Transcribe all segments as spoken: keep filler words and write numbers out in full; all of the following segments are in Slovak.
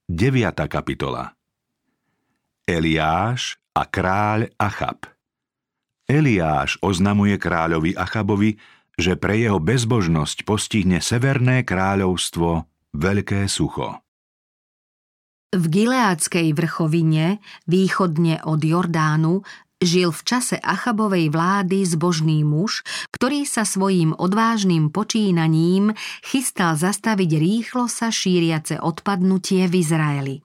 deviata kapitola. Eliáš a kráľ Achab. Eliáš oznamuje kráľovi Achabovi, že pre jeho bezbožnosť postihne severné kráľovstvo veľké sucho. V Gileádskej vrchovine, východne od Jordánu, žil v čase Achabovej vlády zbožný muž, ktorý sa svojím odvážnym počínaním chystal zastaviť rýchlo sa šíriace odpadnutie v Izraeli.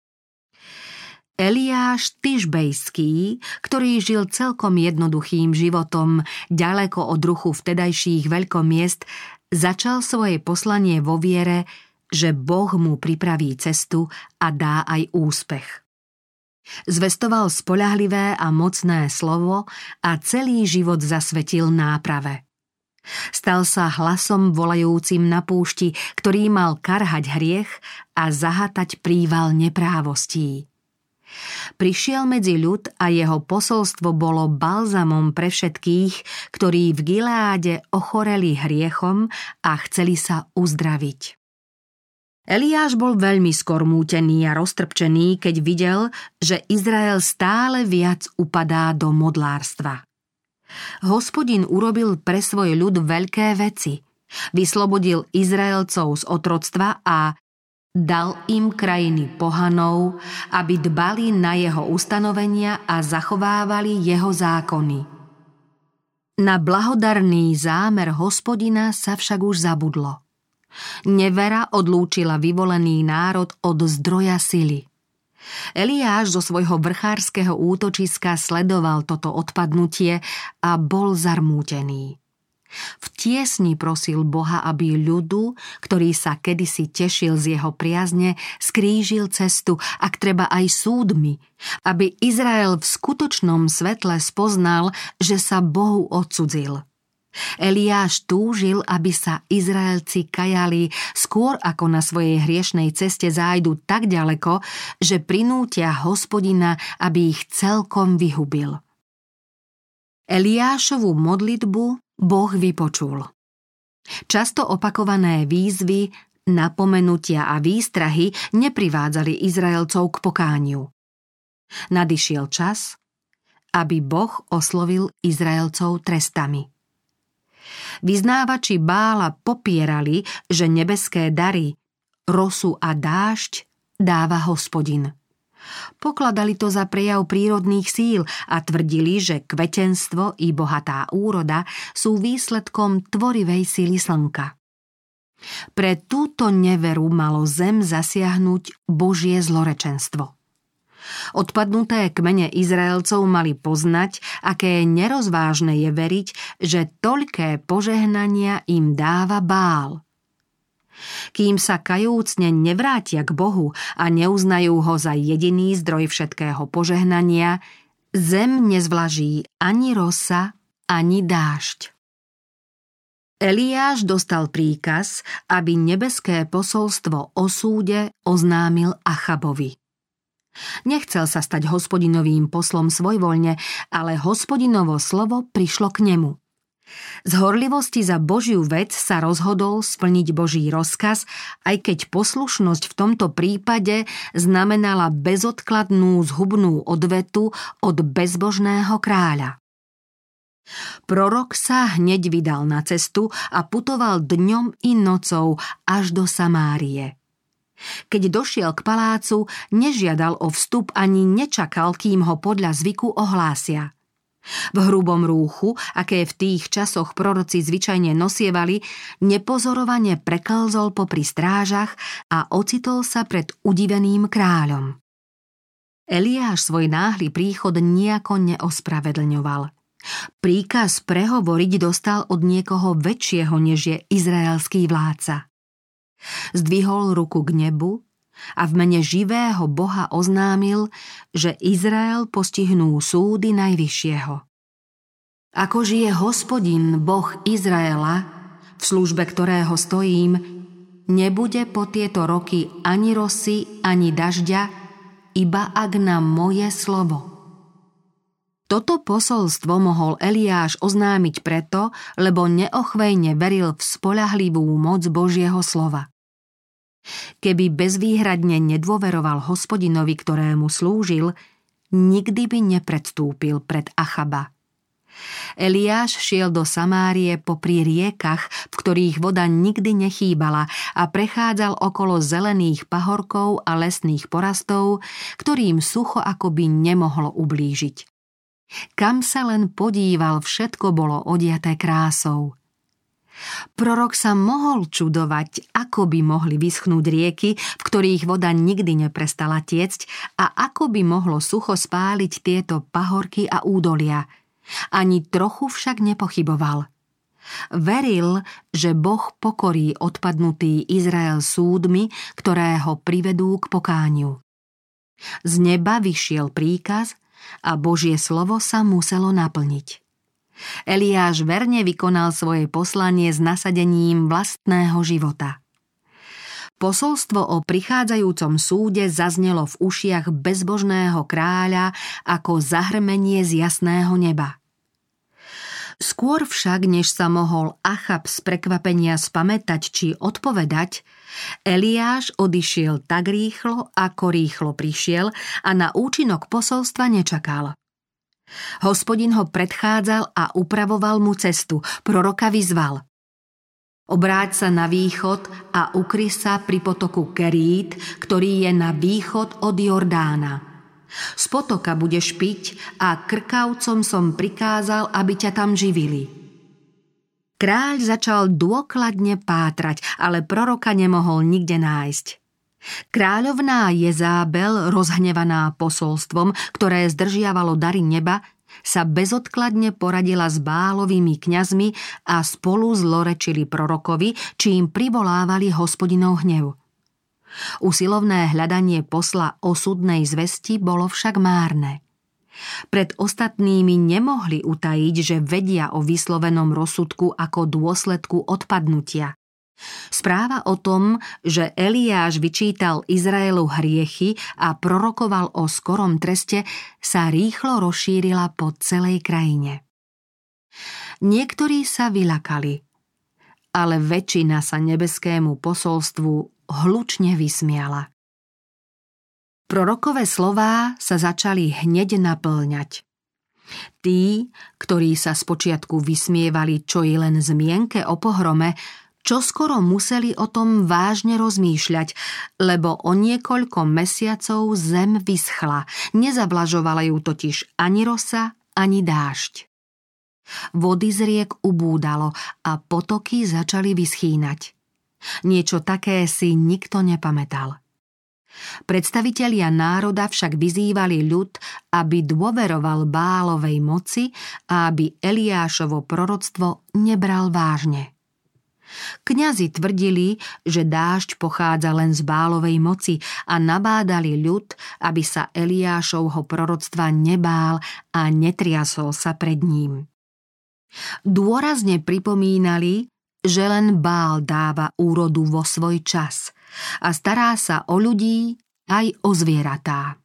Eliáš Tišbejský, ktorý žil celkom jednoduchým životom, ďaleko od ruchu vtedajších veľkomiest, začal svoje poslanie vo viere, že Boh mu pripraví cestu a dá aj úspech. Zvestoval spoľahlivé a mocné slovo a celý život zasvetil náprave. Stal sa hlasom volajúcim na púšti, ktorý mal karhať hriech a zahatať príval neprávostí. Prišiel medzi ľud a jeho posolstvo bolo balzamom pre všetkých, ktorí v Gileáde ochoreli hriechom a chceli sa uzdraviť. Eliáš bol veľmi skormútený a roztrpčený, keď videl, že Izrael stále viac upadá do modlárstva. Hospodin urobil pre svoj ľud veľké veci. Vyslobodil Izraelcov z otroctva a dal im krajiny pohanov, aby dbali na jeho ustanovenia a zachovávali jeho zákony. Na blahodarný zámer Hospodina sa však už zabudlo. Nevera odlúčila vyvolený národ od zdroja sily. Eliáš zo svojho vrchárskeho útočiska sledoval toto odpadnutie a bol zarmútený. V tiesni prosil Boha, aby ľudu, ktorý sa kedysi tešil z jeho priazne, skrížil cestu, ak treba aj súdmi, aby Izrael v skutočnom svetle spoznal, že sa Bohu odcudzil. Eliáš túžil, aby sa Izraelci kajali skôr ako na svojej hriešnej ceste zájdu tak ďaleko, že prinútia Hospodina, aby ich celkom vyhubil. Eliášovu modlitbu Boh vypočul. Často opakované výzvy, napomenutia a výstrahy neprivádzali Izraelcov k pokániu. Nadišiel čas, aby Boh oslovil Izraelcov trestami. Vyznávači Bála popierali, že nebeské dary, rosu a dážď dáva Hospodin. Pokladali to za prejav prírodných síl a tvrdili, že kvetenstvo i bohatá úroda sú výsledkom tvorivej sily slnka. Pre túto neveru malo zem zasiahnuť Božie zlorečenstvo. Odpadnuté kmene Izraelcov mali poznať, aké nerozvážne je veriť, že toľké požehnania im dáva Bál. Kým sa kajúcne nevrátia k Bohu a neuznajú ho za jediný zdroj všetkého požehnania, zem nezvlaží ani rosa, ani dážď. Eliáš dostal príkaz, aby nebeské posolstvo o súde oznámil Achabovi. Nechcel sa stať Hospodinovým poslom svojvoľne, ale Hospodinovo slovo prišlo k nemu. Z horlivosti za Božiu vec sa rozhodol splniť Boží rozkaz, aj keď poslušnosť v tomto prípade znamenala bezodkladnú zhubnú odvetu od bezbožného kráľa. Prorok sa hneď vydal na cestu a putoval dňom i nocou až do Samárie. Keď došiel k palácu, nežiadal o vstup ani nečakal, kým ho podľa zvyku ohlásia. V hrubom rúchu, aké v tých časoch proroci zvyčajne nosievali, nepozorovane preklzol popri strážach a ocitol sa pred udiveným kráľom. Eliáš svoj náhly príchod nijako neospravedlňoval. Príkaz prehovoriť dostal od niekoho väčšieho, než je izraelský vládca. Zdvihol ruku k nebu a v mene živého Boha oznámil, že Izrael postihnú súdy Najvyššieho. Ako žije Hospodin, Boh Izraela, v službe ktorého stojím, nebude po tieto roky ani rosy, ani dažďa, iba ak na moje slovo. Toto posolstvo mohol Eliáš oznámiť preto, lebo neochvejne veril v spoľahlivú moc Božieho slova. Keby bezvýhradne nedôveroval Hospodinovi, ktorému slúžil, nikdy by nepredstúpil pred Achaba. Eliáš šiel do Samárie popri riekach, v ktorých voda nikdy nechýbala, a prechádzal okolo zelených pahorkov a lesných porastov, ktorým sucho akoby nemohlo ublížiť. Kam sa len podíval, všetko bolo odiaté krásou. Prorok sa mohol čudovať, ako by mohli vyschnúť rieky, v ktorých voda nikdy neprestala tiecť, a ako by mohlo sucho spáliť tieto pahorky a údolia. Ani trochu však nepochyboval. Veril, že Boh pokorí odpadnutý Izrael súdmi, ktoré ho privedú k pokániu. Z neba vyšiel príkaz a Božie slovo sa muselo naplniť. Eliáš verne vykonal svoje poslanie s nasadením vlastného života. Posolstvo o prichádzajúcom súde zaznelo v ušiach bezbožného kráľa ako zahrmenie z jasného neba. Skôr však, než sa mohol Achab z prekvapenia spamätať či odpovedať, Eliáš odišiel tak rýchlo, ako rýchlo prišiel, a na účinok posolstva nečakal. Hospodin ho predchádzal a upravoval mu cestu, proroka vyzval: Obráť sa na východ a ukry sa pri potoku Kerít, ktorý je na východ od Jordána. Z potoka budeš piť a krkavcom som prikázal, aby ťa tam živili. Kráľ začal dôkladne pátrať, ale proroka nemohol nikde nájsť. Kráľovná Jezábel, rozhnevaná posolstvom, ktoré zdržiavalo dary neba, sa bezodkladne poradila s Bálovými kňazmi a spolu zlorečili prorokovi, čím privolávali Hospodinov hnev. Usilovné hľadanie posla osudnej zvesti bolo však márne. Pred ostatnými nemohli utajiť, že vedia o vyslovenom rozsudku ako dôsledku odpadnutia. Správa o tom, že Eliáš vyčítal Izraelu hriechy a prorokoval o skorom treste, sa rýchlo rozšírila po celej krajine. Niektorí sa vyľakali, ale väčšina sa nebeskému posolstvu hlučne vysmiala. Prorokové slová sa začali hneď napĺňať. Tí, ktorí sa spočiatku vysmievali čo i len zmienke o pohrome, čoskoro museli o tom vážne rozmýšľať, lebo o niekoľko mesiacov zem vyschla, nezavlažovala ju totiž ani rosa, ani dážď. Vody z riek ubúdalo a potoky začali vyschýnať. Niečo také si nikto nepamätal. Predstavitelia národa však vyzývali ľud, aby dôveroval Bálovej moci a aby Eliášovo proroctvo nebral vážne. Kňazi tvrdili, že dážď pochádza len z Bálovej moci a nabádali ľud, aby sa Eliášovho proroctva nebál a netriasol sa pred ním. Dôrazne pripomínali, že len Bál dáva úrodu vo svoj čas a stará sa o ľudí aj o zvieratá.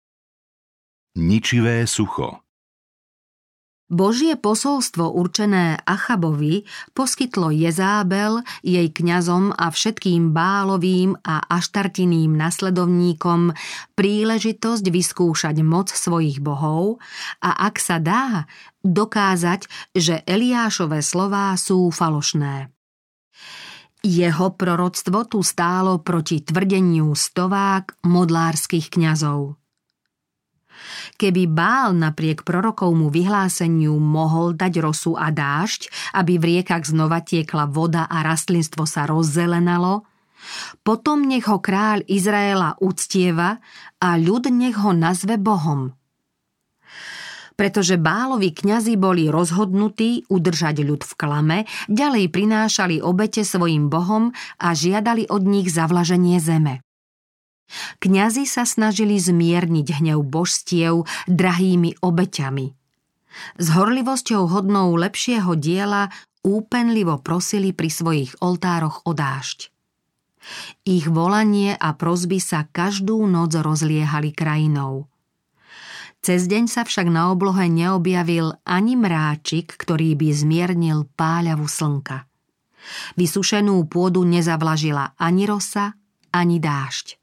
Ničivé sucho. Božie posolstvo určené Achabovi poskytlo Jezábel, jej kňazom a všetkým Bálovým a Aštartiným nasledovníkom príležitosť vyskúšať moc svojich bohov a, ak sa dá, dokázať, že Eliášove slová sú falošné. Jeho proroctvo tu stálo proti tvrdeniu stovák modlárskych kňazov. Keby Bál napriek prorokovmu vyhláseniu mohol dať rosu a dážď, aby v riekach znova tiekla voda a rastlinstvo sa rozzelenalo, potom nech ho kráľ Izraela uctieva a ľud nech ho nazve Bohom. Pretože Bálovi kňazi boli rozhodnutí udržať ľud v klame, ďalej prinášali obete svojim bohom a žiadali od nich zavlaženie zeme. Kňazi sa snažili zmierniť hnev božstiev drahými obeťami. S horlivosťou hodnou lepšieho diela úpenlivo prosili pri svojich oltároch o dážď. Ich volanie a prosby sa každú noc rozliehali krajinou. Cez deň sa však na oblohe neobjavil ani mráčik, ktorý by zmiernil páľavu slnka. Vysušenú pôdu nezavlažila ani rosa, ani dážď.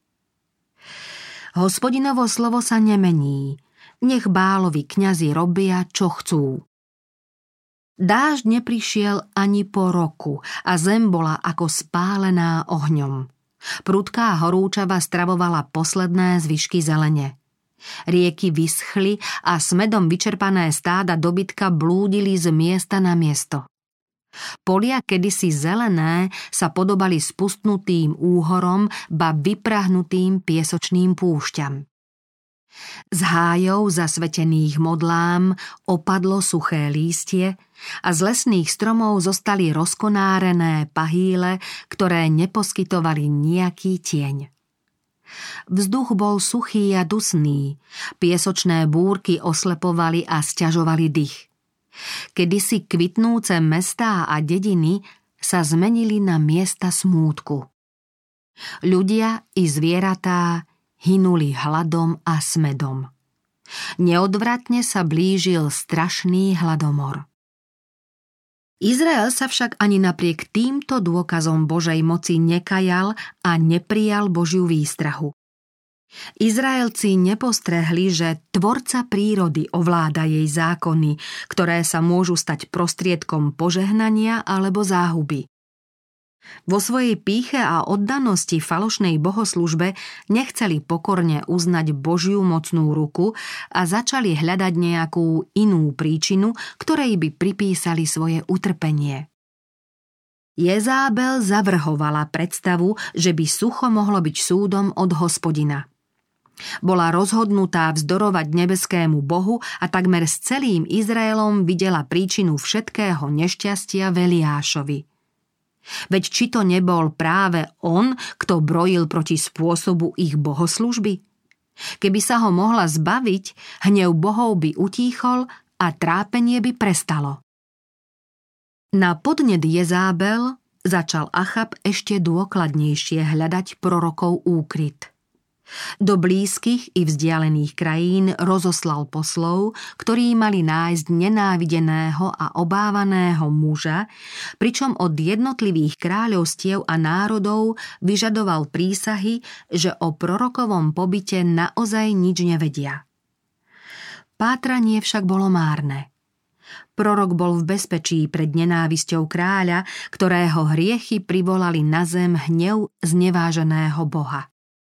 Hospodinovo slovo sa nemení, nech Bálovi kňazi robia, čo chcú. Dážď neprišiel ani po roku a zem bola ako spálená ohňom. Prudká horúčava stravovala posledné zvyšky zelene. Rieky vyschli a smedom vyčerpané stáda dobytka blúdili z miesta na miesto. Polia kedysi zelené sa podobali spustnutým úhorom, ba vyprahnutým piesočným púšťam. Z hájov zasvetených modlám opadlo suché lístie a z lesných stromov zostali rozkonárené pahýle, ktoré neposkytovali nejaký tieň. Vzduch bol suchý a dusný, piesočné búrky oslepovali a sťažovali dych. Kedysi kvitnúce mestá a dediny sa zmenili na miesta smútku. Ľudia i zvieratá hynuli hladom a smedom. Neodvratne sa blížil strašný hladomor. Izrael sa však ani napriek týmto dôkazom Božej moci nekajal a neprijal Božiu výstrahu. Izraelci nepostrehli, že tvorca prírody ovláda jej zákony, ktoré sa môžu stať prostriedkom požehnania alebo záhuby. Vo svojej pýche a oddanosti falošnej bohoslužbe nechceli pokorne uznať Božiu mocnú ruku a začali hľadať nejakú inú príčinu, ktorej by pripísali svoje utrpenie. Jezábel zavrhovala predstavu, že by sucho mohlo byť súdom od Hospodina. Bola rozhodnutá vzdorovať nebeskému Bohu a takmer s celým Izraelom videla príčinu všetkého nešťastia v Eliášovi. Veď či to nebol práve on, kto brojil proti spôsobu ich bohoslužby? Keby sa ho mohla zbaviť, hnev bohov by utíchol a trápenie by prestalo. Na podnet Jezábel začal Achab ešte dôkladnejšie hľadať prorokov úkryt. Do blízkych i vzdialených krajín rozoslal poslov, ktorí mali nájsť nenávideného a obávaného muža, pričom od jednotlivých kráľovstiev a národov vyžadoval prísahy, že o prorokovom pobyte naozaj nič nevedia. Pátranie však bolo márne. Prorok bol v bezpečí pred nenávisťou kráľa, ktorého hriechy privolali na zem hnev zneváženého Boha.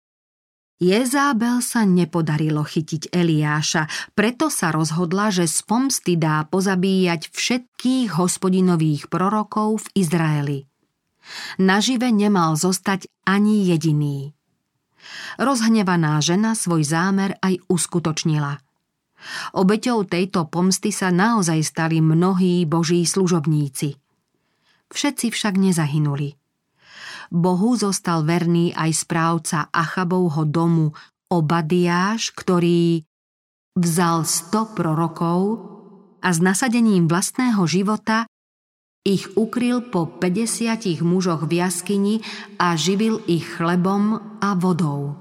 Jezábel sa nepodarilo chytiť Eliáša, preto sa rozhodla, že z pomsty dá pozabíjať všetkých hospodinových prorokov v Izraeli. Nažive nemal zostať ani jediný. Rozhnevaná žena svoj zámer aj uskutočnila. Obeťou tejto pomsty sa naozaj stali mnohí boží služobníci. Všetci však nezahynuli. Bohu zostal verný aj správca Achabovho domu Obadiáš, ktorý vzal sto prorokov a s nasadením vlastného života ich ukryl po päťdesiatich mužoch v jaskyni a živil ich chlebom a vodou.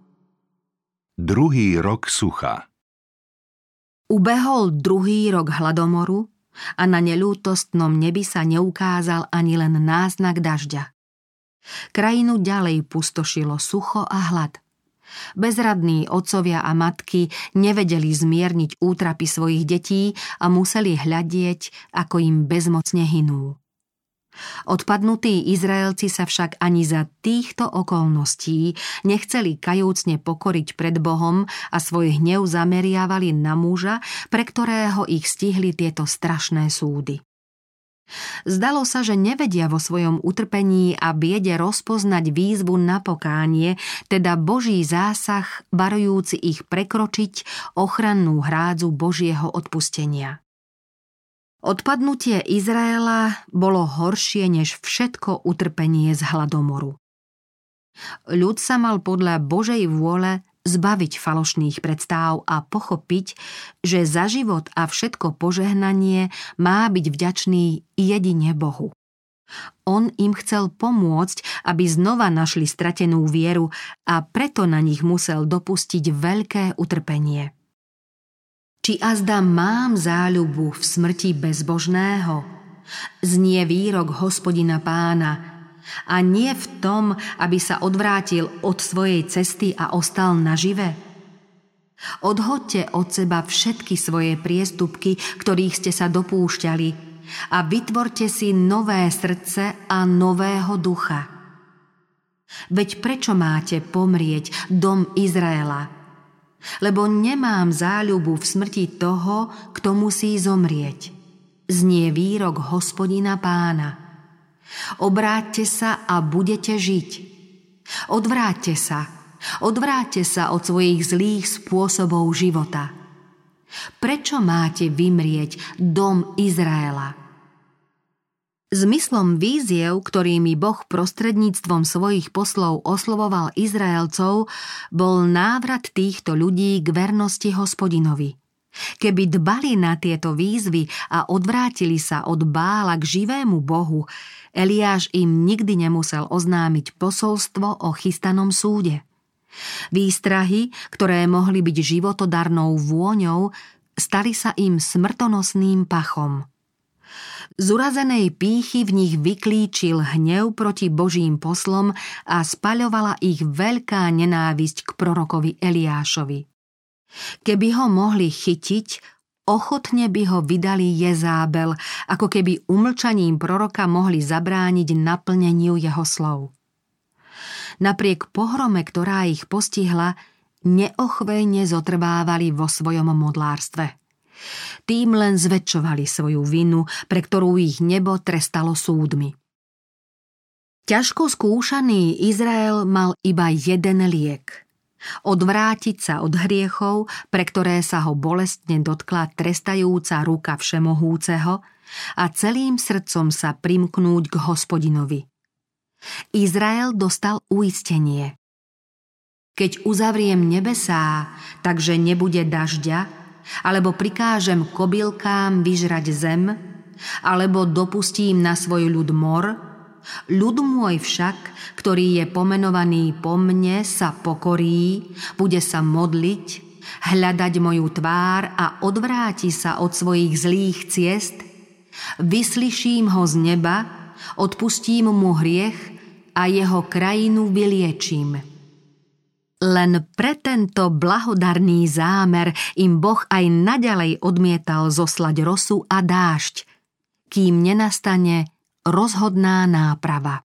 Druhý rok sucha. Ubehol druhý rok hladomoru a na neľútostnom nebi sa neukázal ani len náznak dažďa. Krajinu ďalej pustošilo sucho a hlad. Bezradní otcovia a matky nevedeli zmierniť útrapy svojich detí a museli hľadieť, ako im bezmocne hynú. Odpadnutí Izraelci sa však ani za týchto okolností nechceli kajúcne pokoriť pred Bohom a svoj hnev zameriavali na muža, pre ktorého ich stihli tieto strašné súdy. Zdalo sa, že nevedia vo svojom utrpení a biede rozpoznať výzvu na pokánie, teda Boží zásah, varujúci ich prekročiť ochrannú hrádzu Božieho odpustenia. Odpadnutie Izraela bolo horšie než všetko utrpenie z hladomoru. Ľud sa mal podľa Božej vôle zbaviť falošných predstáv a pochopiť, že za život a všetko požehnanie má byť vďačný jedine Bohu. On im chcel pomôcť, aby znova našli stratenú vieru a preto na nich musel dopustiť veľké utrpenie. Či azda mám záľubu v smrti bezbožného? Znie výrok Hospodina Pána: a nie v tom, aby sa odvrátil od svojej cesty a ostal nažive? Odhoďte od seba všetky svoje priestupky, ktorých ste sa dopúšťali, a vytvorte si nové srdce a nového ducha. Veď prečo máte pomrieť, dom Izraela? Lebo nemám záľubu v smrti toho, kto musí zomrieť. Znie výrok Hospodina Pána. Obráťte sa a budete žiť. Odvráťte sa, odvráťte sa od svojich zlých spôsobov života. Prečo máte vymrieť, dom Izraela? Zmyslom víziev, ktorými Boh prostredníctvom svojich poslov oslovoval Izraelcov, bol návrat týchto ľudí k vernosti Hospodinovi. Keby dbali na tieto výzvy a odvrátili sa od Bála k živému Bohu, Eliáš im nikdy nemusel oznámiť posolstvo o chystanom súde. Výstrahy, ktoré mohli byť životodarnou vôňou, stali sa im smrtonosným pachom. Z urazenej pýchy v nich vyklíčil hnev proti Božím poslom a spaľovala ich veľká nenávisť k prorokovi Eliášovi. Keby ho mohli chytiť, ochotne by ho vydali Jezábel, ako keby umlčaním proroka mohli zabrániť naplneniu jeho slov. Napriek pohrome, ktorá ich postihla, neochvejne zotrvávali vo svojom modlárstve. Tým len zväčšovali svoju vinu, pre ktorú ich nebo trestalo súdmi. Ťažko skúšaný Izrael mal iba jeden liek. Odvrátiť sa od hriechov, pre ktoré sa ho bolestne dotkla trestajúca ruka Všemohúceho, a celým srdcom sa primknúť k Hospodinovi. Izrael dostal uistenie. Keď uzavriem nebesá, takže nebude dažďa, alebo prikážem kobylkám vyžrať zem, alebo dopustím na svoj ľud mor, ľud môj však, ktorý je pomenovaný po mne, sa pokorí, bude sa modliť, hľadať moju tvár a odvráti sa od svojich zlých ciest, vyslyším ho z neba, odpustím mu hriech a jeho krajinu vyliečím. Len pre tento blahodarný zámer im Boh aj naďalej odmietal zoslať rosu a dážď, kým nenastane rozhodná náprava.